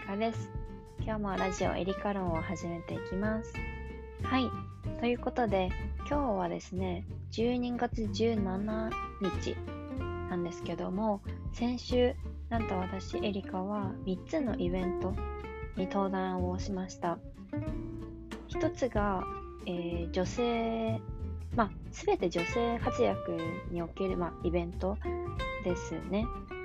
かです。今日もラジオエリカ論を始めていきます。はい。ということで、今日はですね、12月17日なんですけども、先週、なんと私、エリカは3つのイベントに登壇をしました。一つが、女性、すべて女性活躍における、イベントですね。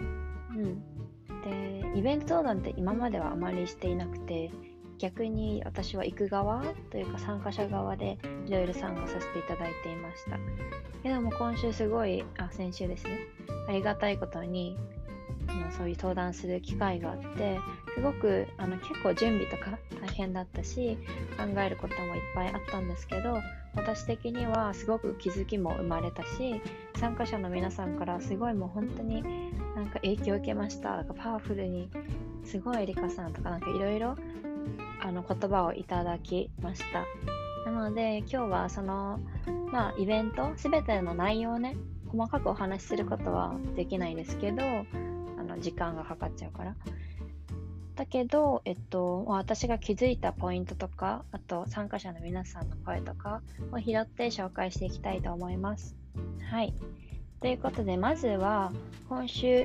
で、イベント登壇って今まではあまりしていなくて、逆に私は行く側というか参加者側でいろいろ参加させていただいていました。けども今週先週ですね、ありがたいことにそういう登壇する機会があって、すごく結構準備とか大変だったし、考えることもいっぱいあったんですけど、私的にはすごく気づきも生まれたし、参加者の皆さんからすごいもう本当に影響を受けました。パワフルに、すごいエリカさんとかいろいろ言葉をいただきました。なので今日はそのイベントすべての内容をね、細かくお話しすることはできないですけど、時間がかかっちゃうから。だけど、私が気づいたポイントとか、あと参加者の皆さんの声とかを拾って紹介していきたいと思います。はい。ということで、まずは、今週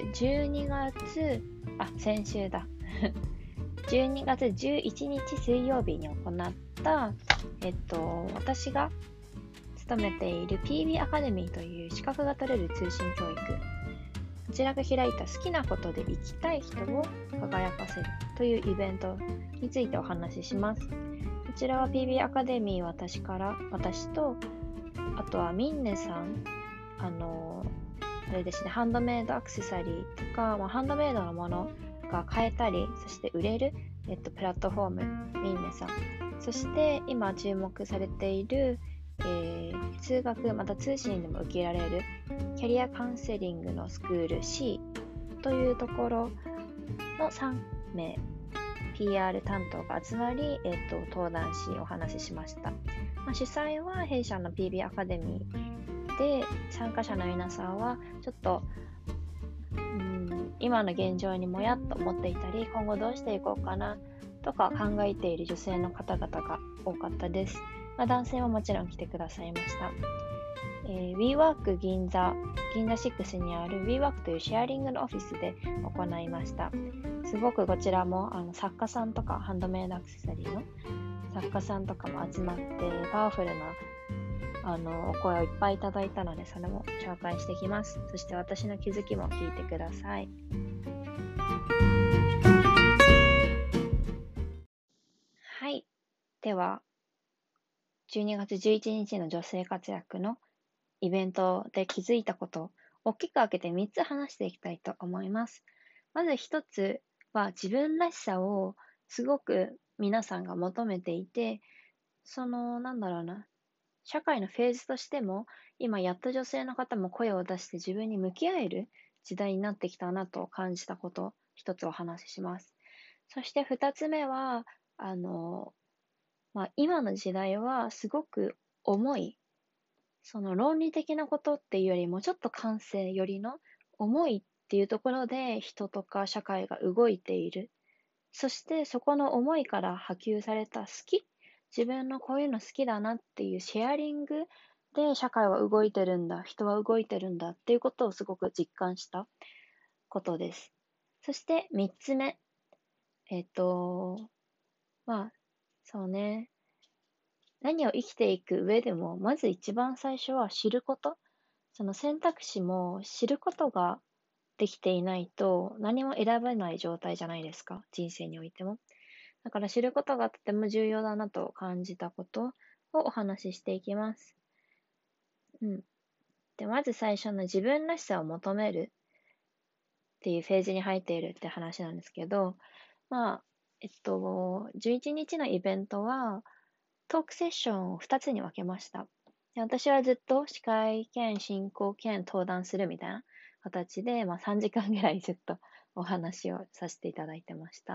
先週だ。12月11日水曜日に行った、私が勤めている PB アカデミーという資格が取れる通信教育。こちらが開いた好きなことで生きたい人を輝かせるというイベントについてお話しします。こちらは PB アカデミー私と、あとはミンネさん、あれですね、ハンドメイドアクセサリーとか、ハンドメイドのものが買えたり、そして売れる、プラットフォーム、ミンネさん。そして今注目されている、通学、また通信でも受けられるキャリアカウンセリングのスクール C というところの3名 PR 担当が集まり、登壇しお話ししました。主催は弊社の PB アカデミーで、参加者の皆さんはちょっと今の現状にもやっと思っていたり、今後どうしていこうかなとか考えている女性の方々が多かったです。男性ももちろん来てくださいました。WeWork 銀座6にある WeWork というシェアリングのオフィスで行いました。すごくこちらも作家さんとかハンドメイドアクセサリーの作家さんとかも集まってパワフルなお声をいっぱいいただいたので、それも紹介していきます。そして私の気づきも聞いてください。はい。では、12月11日の女性活躍のイベントで気づいたことを大きく分けて3つ話していきたいと思います。まず1つは自分らしさをすごく皆さんが求めていて、社会のフェーズとしても、今やっと女性の方も声を出して自分に向き合える時代になってきたなと感じたこと、一つお話しします。そして二つ目は、今の時代はすごく重い、その論理的なことっていうよりもちょっと感性よりの重いっていうところで人とか社会が動いている。そしてそこの思いから波及された自分のこういうの好きだなっていうシェアリングで社会は動いてるんだ、人は動いてるんだっていうことをすごく実感したことです。そして三つ目。そうね。何を生きていく上でも、まず一番最初は知ること。その選択肢も知ることができていないと何も選べない状態じゃないですか。人生においても。だから知ることがとても重要だなと感じたことをお話ししていきます。で、まず最初の自分らしさを求めるっていうフェーズに入っているって話なんですけど、11日のイベントはトークセッションを2つに分けました。で、私はずっと司会兼進行兼登壇するみたいな形で、3時間ぐらいずっとお話をさせていただいてました。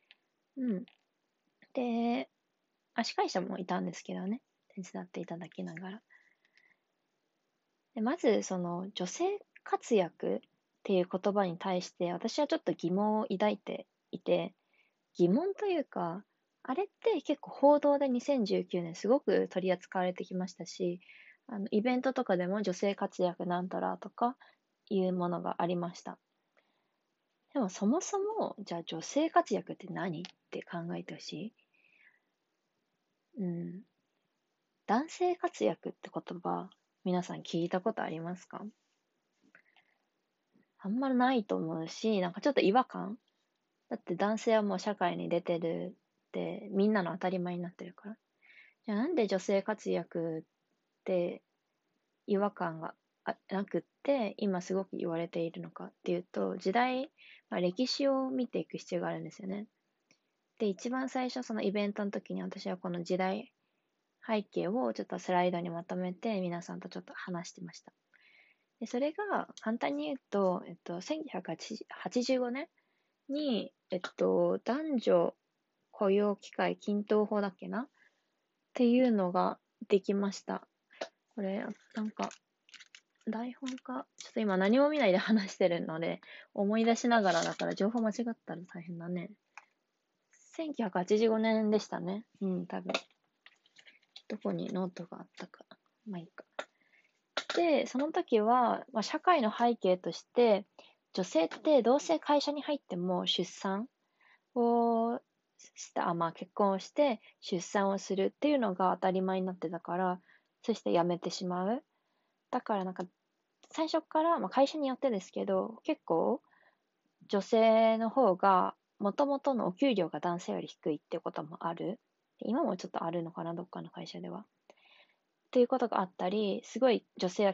で、司会者もいたんですけどね、手伝っていただきながら。でまず、その女性活躍っていう言葉に対して、私はちょっと疑問を抱いていて、 疑問というか、あれって結構報道で2019年すごく取り扱われてきましたし、イベントとかでも女性活躍なんたらとかいうものがありました。でもそもそも、じゃあ女性活躍って何って考えてほしい。うん。男性活躍って言葉、皆さん聞いたことありますか？あんまりないと思うし、なんかちょっと違和感。だって男性はもう社会に出てるってみんなの当たり前になってるから。じゃあなんで女性活躍って違和感がなくって、今すごく言われているのかっていうと、時代、歴史を見ていく必要があるんですよね。で、一番最初そのイベントの時に私はこの時代背景をちょっとスライドにまとめて皆さんとちょっと話してました。で、それが簡単に言うと、1985年に、男女雇用機会均等法だっけなっていうのができました。これ、なんか、台本か、ちょっと今何も見ないで話してるので、思い出しながらだから情報間違ったら大変だね。1985年でしたね。うん、多分。どこにノートがあったか。まあいいか。で、その時は、社会の背景として、女性ってどうせ会社に入っても出産を結婚をして出産をするっていうのが当たり前になってたから、そして辞めてしまう。だからなんか、最初から、会社によってですけど、結構女性の方が、もともとのお給料が男性より低いってこともある。今もちょっとあるのかな、どっかの会社では。っていうことがあったり、すごい女性は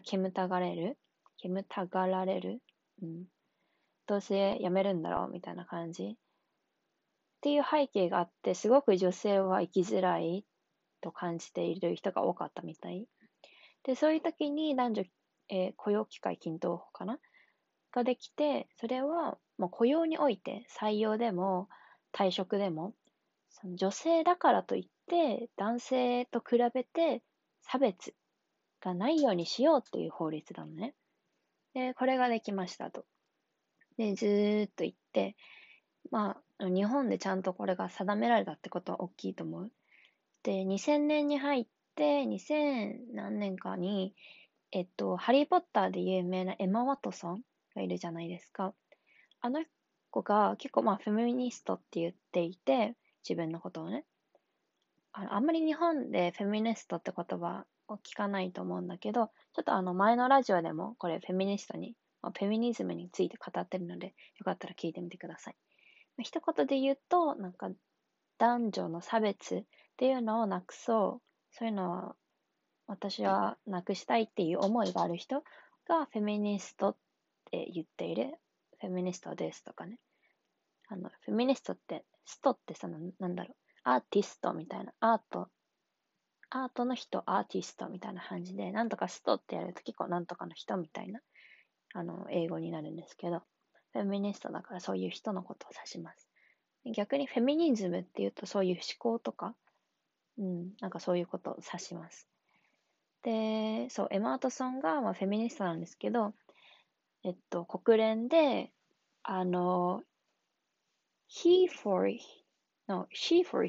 煙たがられる。うん。どうせ辞めるんだろうみたいな感じ。っていう背景があって、すごく女性は生きづらいと感じている人が多かったみたい。で、そういう時に男女、雇用機会均等法かなができて、それはもう雇用において採用でも退職でも、その女性だからといって男性と比べて差別がないようにしようっていう法律なのね。で、これができましたと。で、ずーっと言って、日本でちゃんとこれが定められたってことは大きいと思う。で、2000年に入って、2000何年かに、ハリー・ポッターで有名なエマ・ワトソンがいるじゃないですか。あの子が結構フェミニストって言っていて、自分のことをね。あんまり日本でフェミニストって言葉を聞かないと思うんだけど、ちょっと前のラジオでもこれフェミニストに、フェミニズムについて語ってるので、よかったら聞いてみてください。一言で言うと、なんか男女の差別っていうのをなくそう。そういうのは私はなくしたいっていう思いがある人がフェミニストって言っている。フェミニストですとかね。フェミニストって、ストってなんだろう。アーティストみたいな。アートの人、アーティストみたいな感じで、なんとかストってやると結構なんとかの人みたいな、英語になるんですけど、フェミニストだからそういう人のことを指します。逆にフェミニズムっていうとそういう思考とか、なんかそういうことを指します。で、そう、エマ・ワトソンが、フェミニストなんですけど、国連で、あの、he for, no, she for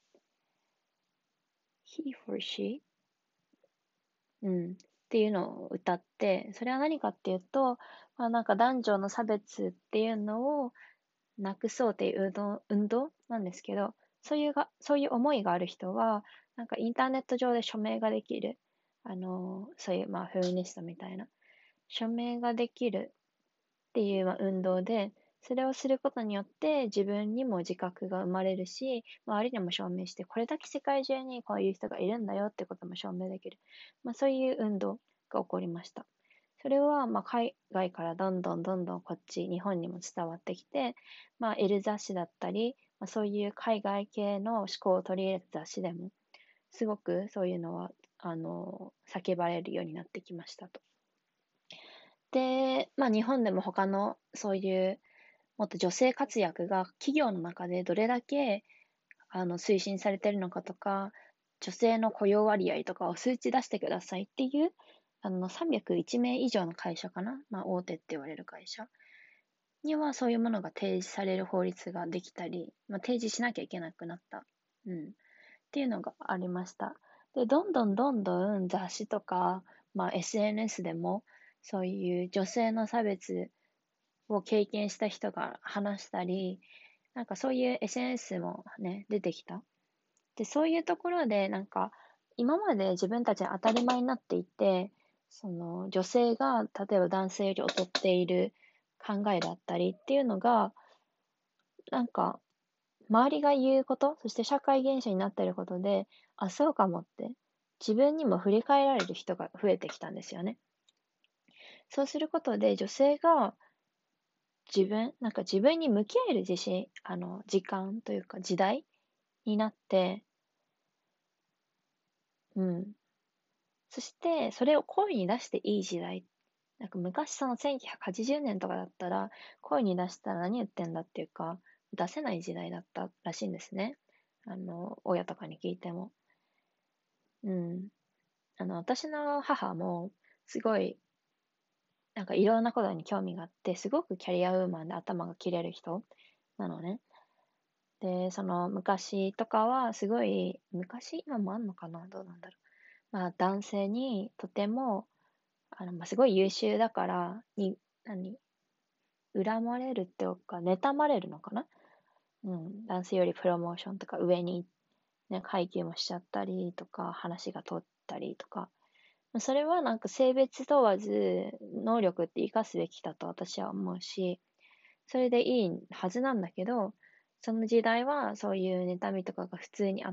he for she っていうのを歌って、それは何かっていうと、なんか男女の差別っていうのをなくそうっていう運動なんですけど、そういう思いがある人は、なんかインターネット上で署名ができる。そういう、フェミニストみたいな。署名ができるっていう運動で、それをすることによって自分にも自覚が生まれるし、周りにも証明して、これだけ世界中にこういう人がいるんだよってことも証明できる。そういう運動が起こりました。それは海外からどんどんどんどんこっち、日本にも伝わってきて、エル雑誌だったり、そういう海外系の思考を取り入れた雑誌でも、すごくそういうのは、叫ばれるようになってきましたと。で、日本でも他のそういうもっと女性活躍が企業の中でどれだけ推進されているのかとか、女性の雇用割合とかを数値出してくださいっていう301名以上の会社かな、大手って言われる会社にはそういうものが提示される法律ができたり、提示しなきゃいけなくなった。っていうのがありました。で、どんどんどんどん雑誌とか、SNS でも、そういう女性の差別を経験した人が話したり、なんかそういう SNS もね、出てきた。で、そういうところで、なんか、今まで自分たち当たり前になっていて、その女性が例えば男性より劣っている考えだったりっていうのが、なんか、周りが言うこと、そして社会現象になっていることで、あ、そうかもって、自分にも振り返られる人が増えてきたんですよね。そうすることで、女性が自分に向き合える時間というか時代になって、うん。そして、それを声に出していい時代。なんか昔その1980年とかだったら、声に出したら何言ってんだっていうか、出せない時代だったらしいんですね。親とかに聞いても。うん。私の母も、すごい、なんかいろんなことに興味があって、すごくキャリアウーマンで頭が切れる人なのね。で、その昔とかは、すごい、昔今もあんのかなどうなんだろう。男性にとても、すごい優秀だから、恨まれるっていうか、妬まれるのかな。男性よりプロモーションとか上に、ね、階級もしちゃったりとか、話が通ったりとか、それはなんか性別問わず能力って活かすべきだと私は思うし、それでいいはずなんだけど、その時代はそういう妬みとかが普通にあって、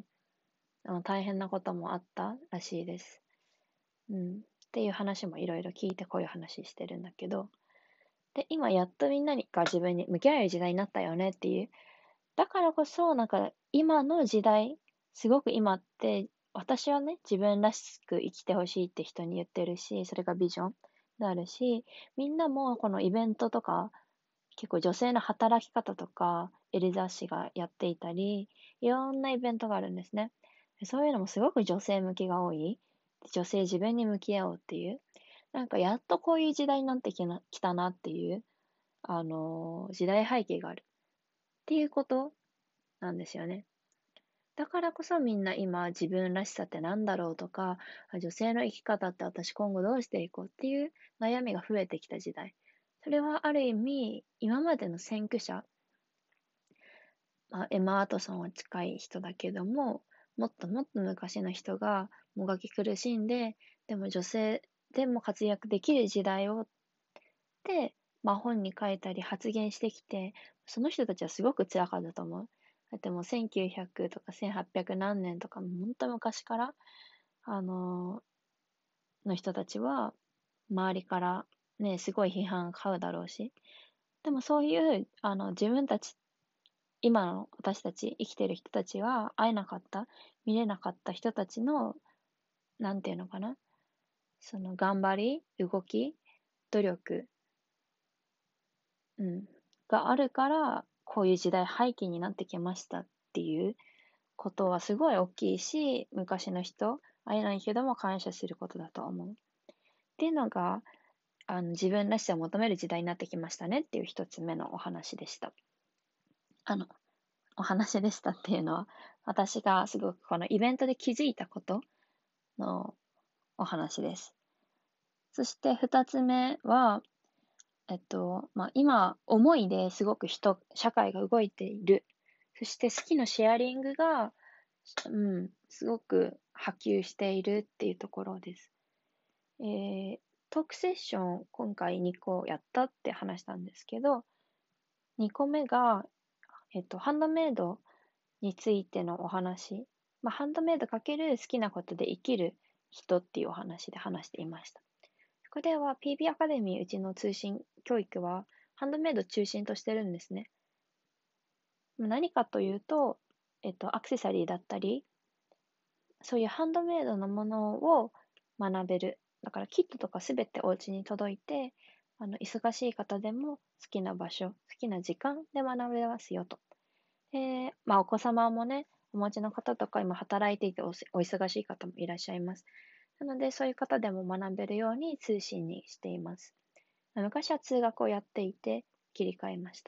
大変なこともあったらしいです。っていう話もいろいろ聞いてこういう話してるんだけど、で、今やっとみんなが自分に向き合える時代になったよねっていう。だからこそ、なんか今の時代、すごく今って、私はね、自分らしく生きてほしいって人に言ってるし、それがビジョンであるし、みんなもこのイベントとか、結構女性の働き方とか、エリザ氏がやっていたり、いろんなイベントがあるんですね。そういうのもすごく女性向きが多い。女性自分に向き合おうっていう。なんかやっとこういう時代になってきたなっていう、時代背景があるっていうことなんですよね。だからこそみんな今自分らしさってなんだろうとか、女性の生き方って私今後どうしていこうっていう悩みが増えてきた時代。それはある意味、今までの先駆者、エマ・ワトソンは近い人だけども、もっともっと昔の人がもがき苦しんで、でも女性でも活躍できる時代をって、本に書いたり発言してきて、その人たちはすごく辛かったと思う。だってもう1900とか1800何年とか、本当昔から、の人たちは、周りからね、すごい批判買うだろうし。でもそういう、自分たち、今の私たち、生きてる人たちは会えなかった、見れなかった人たちの、なんていうのかな、その頑張り、動き、努力、うん、があるから、こういう時代背景になってきましたっていうことはすごい大きいし、昔の人、会えないけども感謝することだと思う。っていうのが、自分らしさを求める時代になってきましたねっていう一つ目のお話でした。あの、お話でしたっていうのは、私がすごくこのイベントで気づいたことのお話です。そして二つ目は、今、思いですごく社会が動いている。そして好きのシェアリングが、すごく波及しているっていうところです。トークセッション、今回2個やったって話したんですけど、2個目が、ハンドメイドについてのお話。ハンドメイドかける好きなことで生きる人っていうお話で話していました。これは PB アカデミーうちの通信教育はハンドメイド中心としてるんですね。何かというと、アクセサリーだったり、そういうハンドメイドのものを学べる。だからキットとかすべてお家に届いて、忙しい方でも好きな場所、好きな時間で学べますよと。で、お子様もね、お持ちの方とか今働いていてお忙しい方もいらっしゃいます。なので、そういう方でも学べるように通信にしています。昔は通学をやっていて、 切り替えました。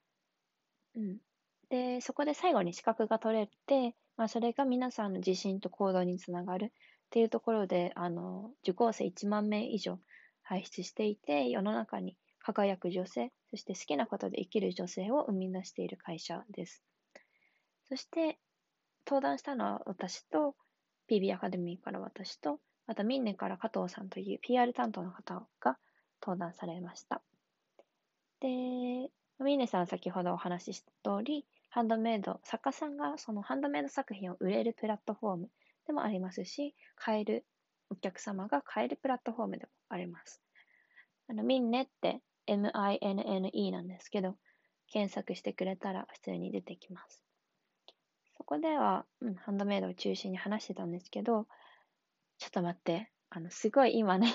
で、そこで最後に資格が取れて、それが皆さんの自信と行動につながるっていうところで、受講生1万名以上輩出していて、世の中に輝く女性、そして好きなことで生きる女性を生み出している会社です。そして、登壇したのは私と、PB アカデミーから私と、あとミンネから加藤さんという PR 担当の方が登壇されました。で、ミンネさんは先ほどお話しした通り、ハンドメイド、作家さんがそのハンドメイド作品を売れるプラットフォームでもありますし、お客様が買えるプラットフォームでもあります。ミンネって MINNE なんですけど、検索してくれたら普通に出てきます。そこでは、ハンドメイドを中心に話してたんですけど、ちょっと待って、すごい今ね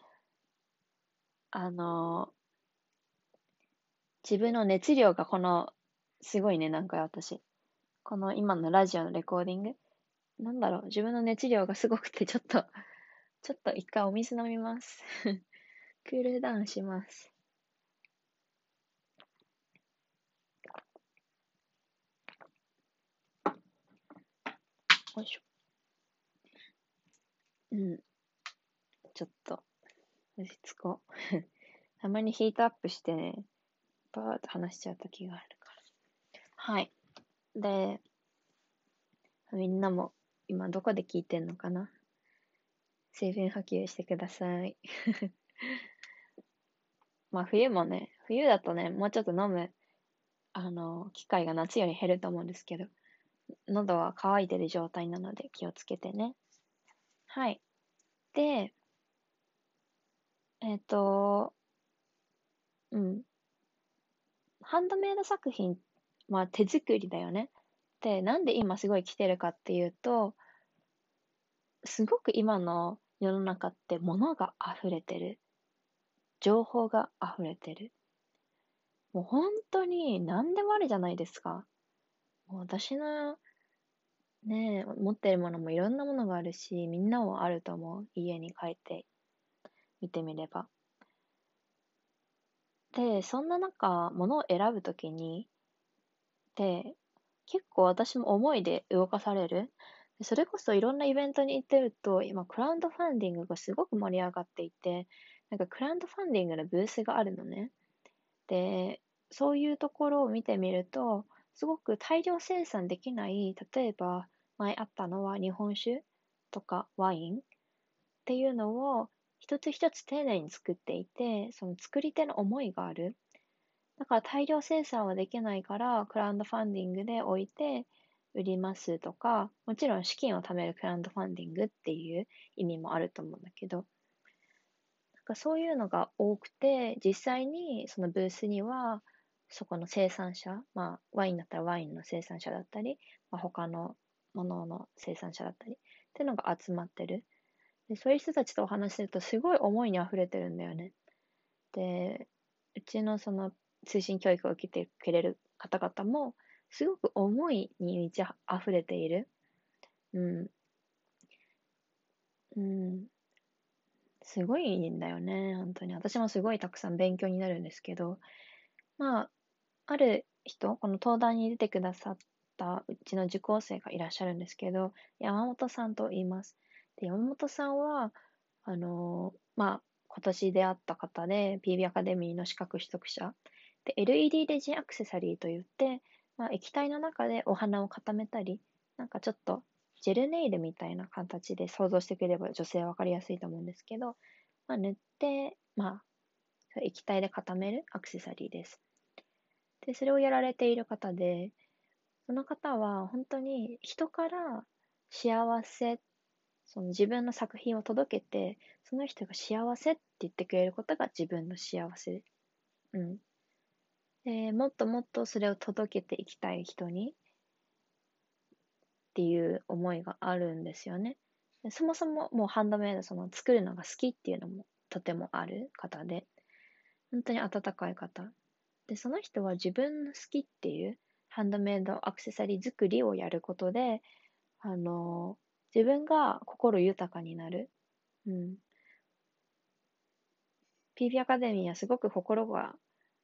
自分の熱量がすごいね、なんか私。この今のラジオのレコーディングなんだろう、自分の熱量がすごくて、ちょっと一回お水飲みます。クールダウンします。よいしょ。ちょっと、落ち着こう。たまにヒートアップしてね、バーっと話しちゃう時があるから。はい。で、みんなも今どこで聞いてんのかな？水分補給してください。冬だとね、もうちょっと飲む、機会が夏より減ると思うんですけど、喉は渇いてる状態なので気をつけてね。はい。で、えっと、うん。ハンドメイド作品、手作りだよね。で、なんで今すごい来てるかっていうと、すごく今の世の中って物が溢れてる。情報が溢れてる。もう本当に何でもあるじゃないですか。もう私のね、持ってるものもいろんなものがあるし、みんなもあると思う。家に帰って見てみれば。で、そんな中、物を選ぶときに、で、結構私も思いで動かされる。それこそいろんなイベントに行ってると、今、クラウドファンディングがすごく盛り上がっていて、なんかクラウドファンディングのブースがあるのね。で、そういうところを見てみると、すごく大量生産できない、例えば、前あったのは日本酒とかワインっていうのを一つ一つ丁寧に作っていて、その作り手の思いがある。だから大量生産はできないから、クラウドファンディングで置いて売りますとか、もちろん資金を貯めるクラウドファンディングっていう意味もあると思うんだけど、なんかそういうのが多くて、実際にそのブースには、そこの生産者、ワインだったらワインの生産者だったり、他のものの生産者だったりっていうのが集まってる。で、そういう人たちとお話しするとすごい思いに溢れてるんだよね。で、うちのその通信教育を受けてくれる方々も、すごく思いに満ち溢れている。うん。うん。すごいんだよね、本当に。私もすごいたくさん勉強になるんですけど、まあ、ある人、この登壇に出てくださったうちの受講生がいらっしゃるんですけど、山本さんと言います。で、山本さんは、今年出会った方で、PB アカデミーの資格取得者。で、LED レジンアクセサリーといって、液体の中でお花を固めたり、なんかちょっとジェルネイルみたいな形で想像してくれれば女性はわかりやすいと思うんですけど、塗って、液体で固めるアクセサリーです。で、それをやられている方で、その方は本当に人から幸せ、その自分の作品を届けて、その人が幸せって言ってくれることが自分の幸せ。うん。で、もっともっとそれを届けていきたい人にっていう思いがあるんですよね。でそもそももうハンドメイドその作るのが好きっていうのもとてもある方で、本当に温かい方。で、その人は自分の好きっていうハンドメイドアクセサリー作りをやることで、あの、自分が心豊かになる。うん。PB アカデミーはすごく心が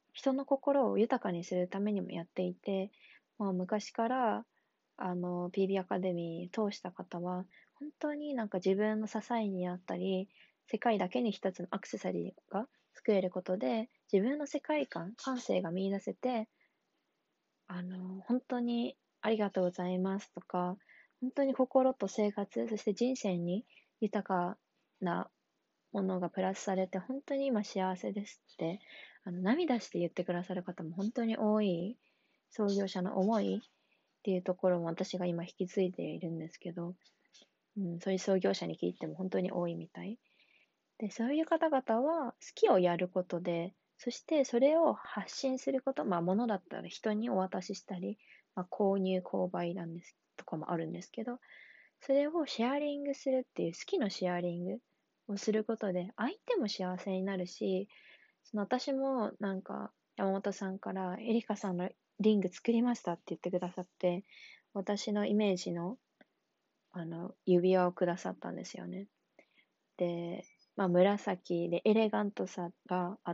人の心を豊かにするためにもやっていて、昔から、PB アカデミー通した方は、本当になんか自分の支えになったり、世界だけに一つのアクセサリーが作れることで、自分の世界観、感性が見出せて、本当にありがとうございますとか、本当に心と生活、そして人生に豊かなものがプラスされて、本当に今幸せですって、涙して言ってくださる方も本当に多い、創業者の思いっていうところも私が今引き継いでいるんですけど、そういう創業者に聞いても本当に多いみたい。で、そういう方々は好きをやることで、そしてそれを発信すること、物だったら人にお渡ししたり、購入、購買なんですとかもあるんですけど、それをシェアリングするっていう好きのシェアリングをすることで、相手も幸せになるし、私もなんか山本さんからエリカさんのリング作りましたって言ってくださって、私のイメージの指輪をくださったんですよね。で、紫でエレガントさがあって、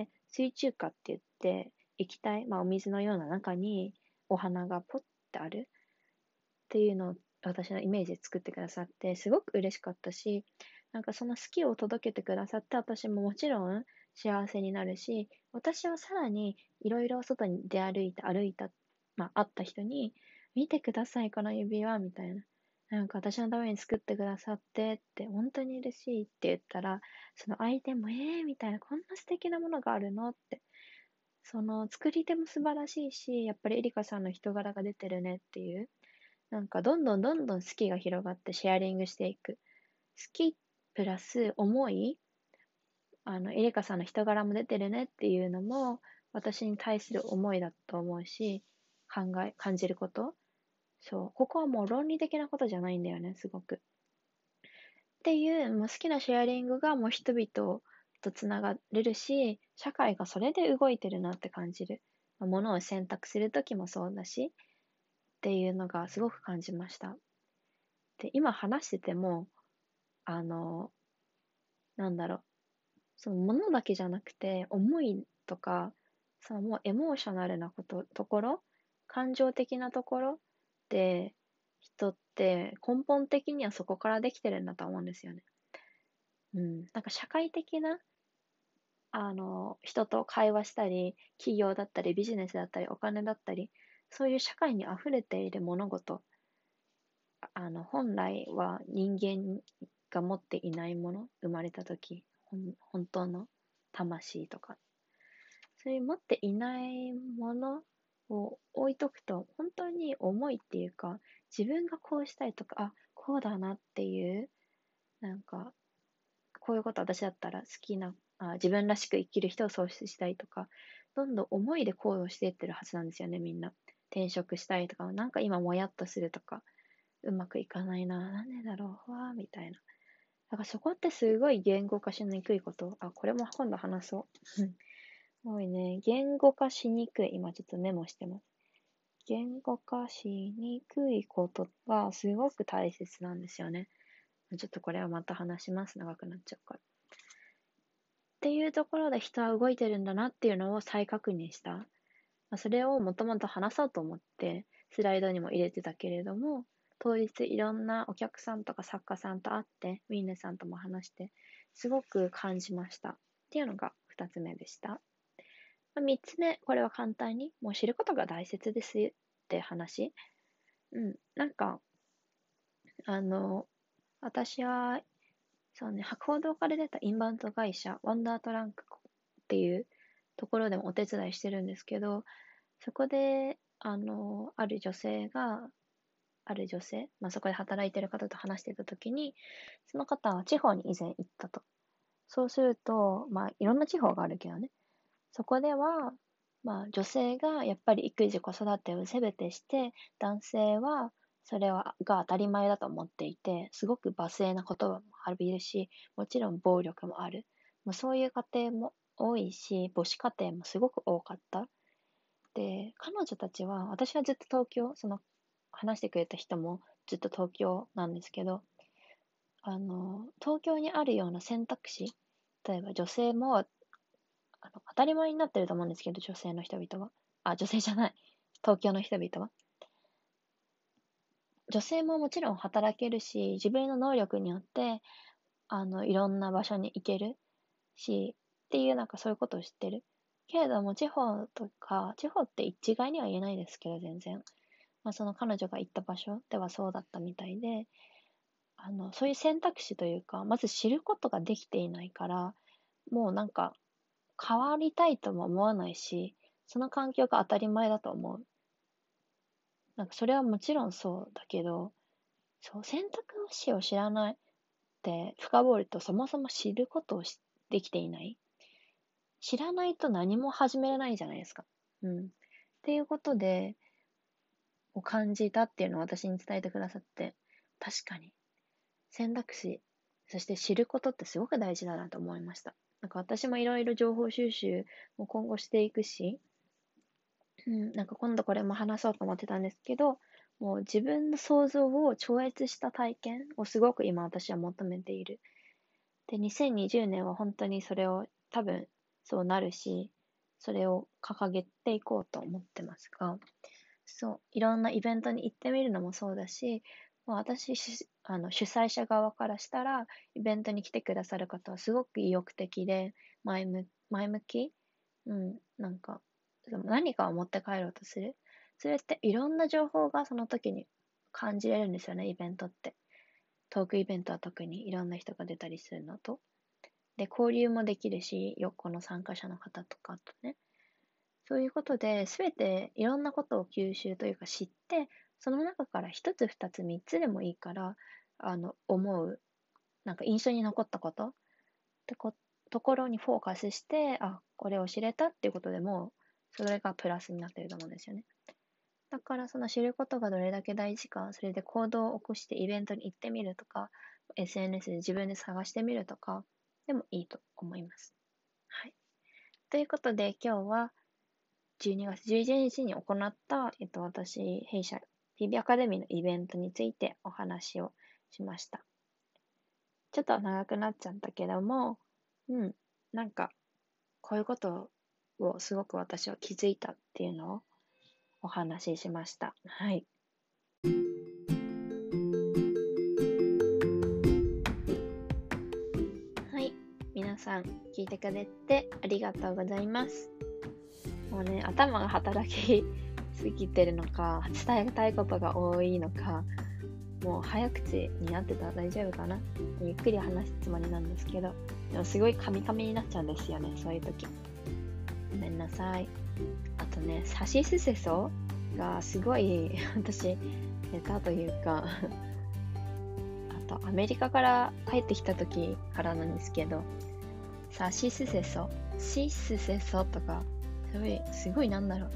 水中花って言って、液体、お水のような中にお花がポッてあるっていうのを私のイメージで作ってくださって、すごく嬉しかったし、なんかその好きを届けてくださって、私ももちろん幸せになるし、私はさらにいろいろ外に出歩いた、会った人に、見てください、この指輪、みたいな。なんか私のために作ってくださってって、本当に嬉しいって言ったら、その相手も、みたいな、こんな素敵なものがあるのって。その作り手も素晴らしいし、やっぱりエリカさんの人柄が出てるねっていう。なんかどんどんどんどん好きが広がってシェアリングしていく。好きプラス思い、エリカさんの人柄も出てるねっていうのも、私に対する思いだと思うし、感じること。そう。ここはもう論理的なことじゃないんだよね、すごく。っていう、もう好きなシェアリングがもう人々とつながれるし、社会がそれで動いてるなって感じる。ものを選択するときもそうだし、っていうのがすごく感じました。で、今話してても、あの、なんだろう、そのものだけじゃなくて、思いとか、そのもうエモーショナルなところ、感情的なところで、人って根本的にはそこからできてるんだと思うんですよね。なんか社会的な、人と会話したり、企業だったり、ビジネスだったり、お金だったり、そういう社会に溢れている物事、本来は人間が持っていないもの、生まれた時、本当の魂とか、そういう持っていないものを置いとくと、本当に思いっていうか、自分がこうしたいとか、こうだなっていう、なんか、こういうこと私だったら好きな、自分らしく生きる人を創出したいとか、どんどん思いで行動していってるはずなんですよね、みんな。転職したいとか、なんか今もやっとするとか、うまくいかないな、なんでだろう、みたいな。だからそこってすごい言語化しにくいこと。これも今度話そう。すごいね。言語化しにくい。今ちょっとメモしてます。言語化しにくいことがすごく大切なんですよね。ちょっとこれはまた話します。長くなっちゃうから。っていうところで人は動いてるんだなっていうのを再確認した。それをもともと話そうと思ってスライドにも入れてたけれども、当日いろんなお客さんとか作家さんと会って、ミーネさんとも話して、すごく感じました。っていうのが二つ目でした。三つ目、これは簡単に、もう知ることが大切ですって話。なんか、あの、私は、そうね、博報堂から出たインバウンド会社、ワンダートランクっていうところでもお手伝いしてるんですけど、そこで、ある女性が、ある女性、そこで働いてる方と話してた時に、その方は地方に以前行ったと。そうすると、いろんな地方があるけどね。そこでは、女性がやっぱり育児子育てをすべてして、男性はそれが当たり前だと思っていて、すごく罵声な言葉もあるし、もちろん暴力もある。もうそういう家庭も多いし、母子家庭もすごく多かった。で、彼女たちは、私はずっと東京、話してくれた人もずっと東京なんですけど、東京にあるような選択肢、例えば女性も当たり前になってると思うんですけど、女性の人々は。女性じゃない。東京の人々は。女性ももちろん働けるし、自分の能力によって、いろんな場所に行けるし、っていうそういうことを知ってる。けれども、地方って一概には言えないですけど、全然。その彼女が行った場所ではそうだったみたいで、そういう選択肢というか、まず知ることができていないから、もう変わりたいとも思わないし、その環境が当たり前だと思う。それはもちろんそうだけど、選択肢を知らないって深掘るとそもそも知ることをできていない。知らないと何も始めれないじゃないですか。っていうことで、感じたっていうのを私に伝えてくださって、確かに選択肢、そして知ることってすごく大事だなと思いました。私もいろいろ情報収集も今後していくし、今度これも話そうと思ってたんですけど、もう自分の想像を超越した体験をすごく今私は求めている。で、2020年は本当にそれを多分そうなるし、それを掲げていこうと思ってますが、いろんなイベントに行ってみるのもそうだし、私、主催者側からしたら、イベントに来てくださる方はすごく意欲的で、前向き何かを持って帰ろうとする。それっていろんな情報がその時に感じれるんですよね、イベントって。トークイベントは特にいろんな人が出たりするのと。で、交流もできるし、横の参加者の方とかとね。そういうことで、すべていろんなことを吸収というか知って、その中から一つ、二つ、三つでもいいから、思う、印象に残ったことってところにフォーカスして、これを知れたっていうことでも、それがプラスになってると思うんですよね。だからその知ることがどれだけ大事か、それで行動を起こしてイベントに行ってみるとか、SNS で自分で探してみるとか、でもいいと思います。はい。ということで今日は12月11日に行った、私、弊社 TV アカデミーのイベントについてお話をしました。ちょっと長くなっちゃったけども、こういうことをすごく私は気づいたっていうのをお話ししました。はい。はい。皆さん、聞いてくれてありがとうございます。もうね、頭が働きすぎてるのか、伝えたいことが多いのか、もう早口になってたら大丈夫かな。ゆっくり話すつもりなんですけど、でもすごいカミカミになっちゃうんですよね、そういう時。ごめんなさい。あとね、さしすせそがすごい私、下手というかあとアメリカから帰ってきた時からなんですけど、さしすせそ、しすせそとか、すごいなんだろう。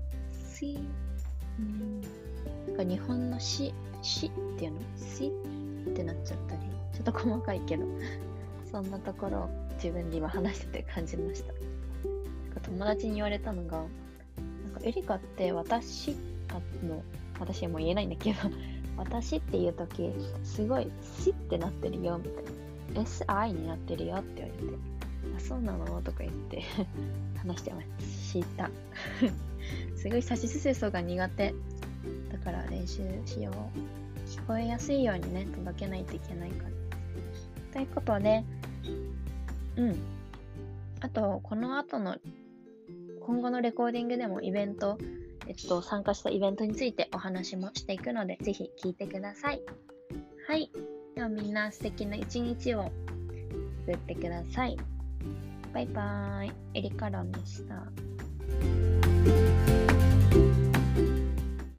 日本のしっていうのってなっちゃったり、ちょっと細かいけど、そんなところを自分で今話してて感じました。友達に言われたのが、エリカって私はもう言えないんだけど、私っていうとき、すごいしってなってるよ、みたいな。SI になってるよって言われて、そうなのとか言って話してました。すごいさしすせそが苦手。だから練習しよう。聞こえやすいようにね、届けないといけないから。ということで、あと、この後の今後のレコーディングでもイベント、参加したイベントについてお話もしていくので、ぜひ聞いてください。はい。ではみんな素敵な一日を作ってください。バイバーイ。エリカロンでした。